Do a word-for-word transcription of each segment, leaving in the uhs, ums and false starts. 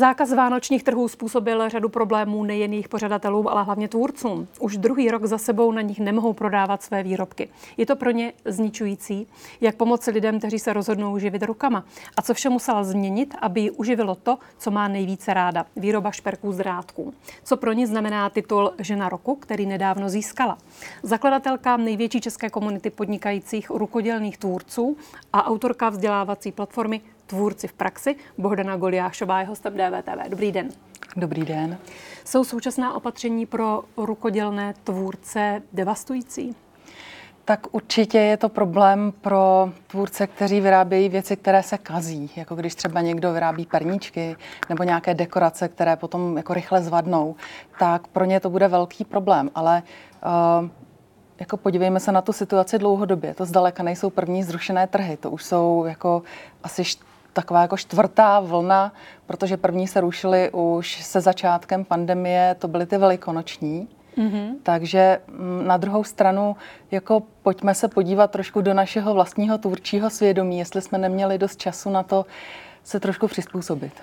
Zákaz vánočních trhů způsobil řadu problémů nejen jejich pořadatelům, ale hlavně tvůrcům. Už druhý rok za sebou na nich nemohou prodávat své výrobky. Je to pro ně zničující, jak pomoci lidem, kteří se rozhodnou živit rukama. A co vše musela změnit, aby ji uživilo to, co má nejvíce ráda. Výroba šperků z drátku. Co pro ní znamená titul Žena roku, který nedávno získala. Zakladatelka největší české komunity podnikajících rukodělných tvůrců a autorka vzdělávací platformy Tvůrci v praxi, Bohdana Goliášová je hostem D V T V. Dobrý den. Dobrý den. Jsou současná opatření pro rukodělné tvůrce devastující? Tak určitě je to problém pro tvůrce, kteří vyrábějí věci, které se kazí. Jako když třeba někdo vyrábí perníčky nebo nějaké dekorace, které potom jako rychle zvadnou, tak pro ně to bude velký problém. Ale uh, jako podívejme se na tu situaci dlouhodobě. To zdaleka nejsou první zrušené trhy. To už jsou jako asi taková jako čtvrtá vlna, protože první se rušily už se začátkem pandemie, to byly ty velikonoční. Mm-hmm. Takže na druhou stranu, jako pojďme se podívat trošku do našeho vlastního tvůrčího svědomí, jestli jsme neměli dost času na to se trošku přizpůsobit.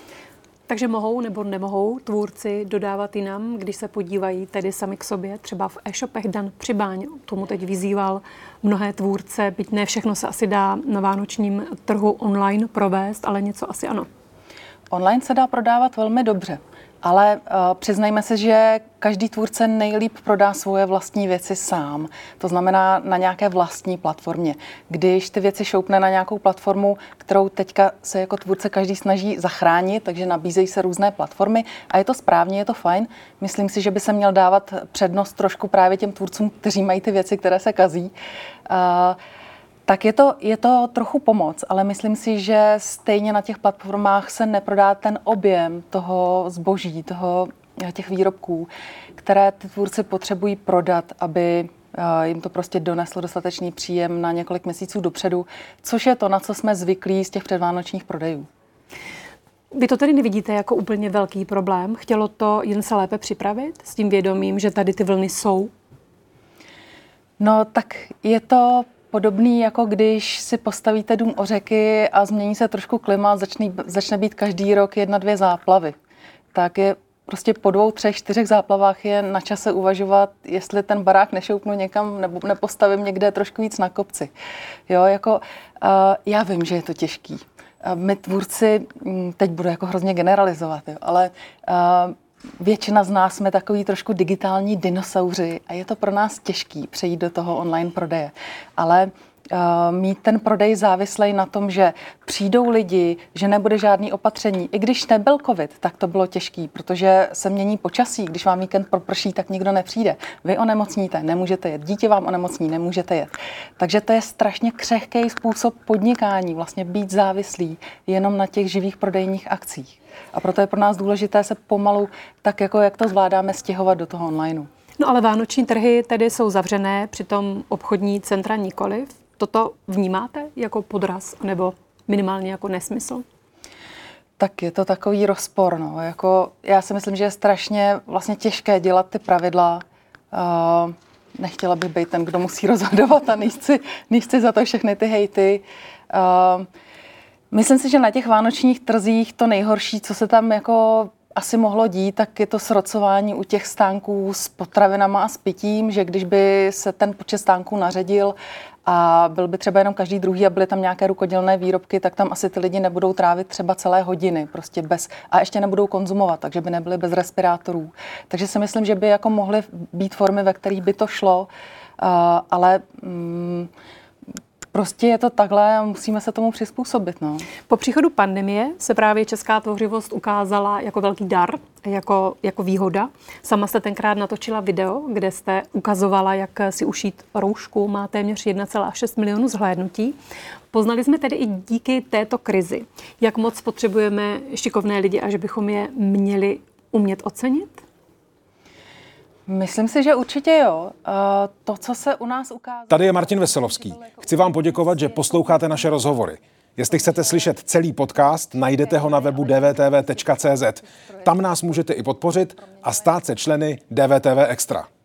Takže mohou nebo nemohou tvůrci dodávat jinam, když se podívají tedy sami k sobě, třeba v e-shopech. Dan Přibáň tomu teď vyzýval mnohé tvůrce, byť ne všechno se asi dá na vánočním trhu online provést, ale něco asi ano. Online se dá prodávat velmi dobře, ale uh, přiznejme se, že každý tvůrce nejlíp prodá svoje vlastní věci sám. To znamená na nějaké vlastní platformě. Když ty věci šoupne na nějakou platformu, kterou teďka se jako tvůrce každý snaží zachránit, takže nabízejí se různé platformy a je to správně, je to fajn. Myslím si, že by se měl dávat přednost trošku právě těm tvůrcům, kteří mají ty věci, které se kazí. Uh, Tak je to, je to trochu pomoc, ale myslím si, že stejně na těch platformách se neprodá ten objem toho zboží, toho, těch výrobků, které ty tvůrci potřebují prodat, aby jim to prostě doneslo dostatečný příjem na několik měsíců dopředu, což je to, na co jsme zvyklí z těch předvánočních prodejů. Vy to tedy nevidíte jako úplně velký problém? Chtělo to jen se lépe připravit s tím vědomím, že tady ty vlny jsou? No tak je to podobný, jako když si postavíte dům o řeky a změní se trošku klima, začne, začne být každý rok jedna, dvě záplavy. Tak je prostě po dvou, třech, čtyřech záplavách je na čase uvažovat, jestli ten barák nešoupnu někam nebo nepostavím někde trošku víc na kopci. Jo, jako uh, já vím, že je to těžký. Uh, my tvůrci, teď budu jako hrozně generalizovat, jo, ale uh, většina z nás jsme takový trošku digitální dinosauři a je to pro nás těžký přejít do toho online prodeje. Ale uh, mít ten prodej závislej na tom, že přijdou lidi, že nebude žádný opatření. I když nebyl covid, tak to bylo těžký, protože se mění počasí. Když vám víkend proprší, tak nikdo nepřijde. Vy onemocníte, nemůžete jet. Dítě vám onemocní, nemůžete jet. Takže to je strašně křehký způsob podnikání, vlastně být závislý jenom na těch živých prodejních akcích. A proto je pro nás důležité se pomalu, tak jako jak to zvládáme, stěhovat do toho onlineu. No ale vánoční trhy tedy jsou zavřené, přitom obchodní centra nikoliv. Toto vnímáte jako podraz nebo minimálně jako nesmysl? Tak je to takový rozpor. No. Jako, já si myslím, že je strašně vlastně těžké dělat ty pravidla. Uh, nechtěla bych být ten, kdo musí rozhodovat a nechci, nechci za to všechny ty hejty. Uh, Myslím si, že na těch vánočních trzích to nejhorší, co se tam jako asi mohlo dít, tak je to srocování u těch stánků s potravinama a s pitím, že když by se ten počet stánků naředil a byl by třeba jenom každý druhý a byly tam nějaké rukodělné výrobky, tak tam asi ty lidi nebudou trávit třeba celé hodiny, prostě bez, a ještě nebudou konzumovat, takže by nebyly bez respirátorů. Takže si myslím, že by jako mohly být formy, ve kterých by to šlo, uh, ale mm, prostě je to takhle a musíme se tomu přizpůsobit. No. Po příchodu pandemie se právě česká tvořivost ukázala jako velký dar, jako, jako výhoda. Sama jste tenkrát natočila video, kde jste ukazovala, jak si ušít roušku. Má téměř jedna celá šest milionu zhlédnutí. Poznali jsme tedy i díky této krizi, jak moc potřebujeme šikovné lidi a že bychom je měli umět ocenit? Myslím si, že určitě jo. To, co se u nás ukázalo... Tady je Martin Veselovský. Chci vám poděkovat, že posloucháte naše rozhovory. Jestli chcete slyšet celý podcast, najdete ho na webu d v t v tečka c z. Tam nás můžete i podpořit a stát se členy D V T V Extra.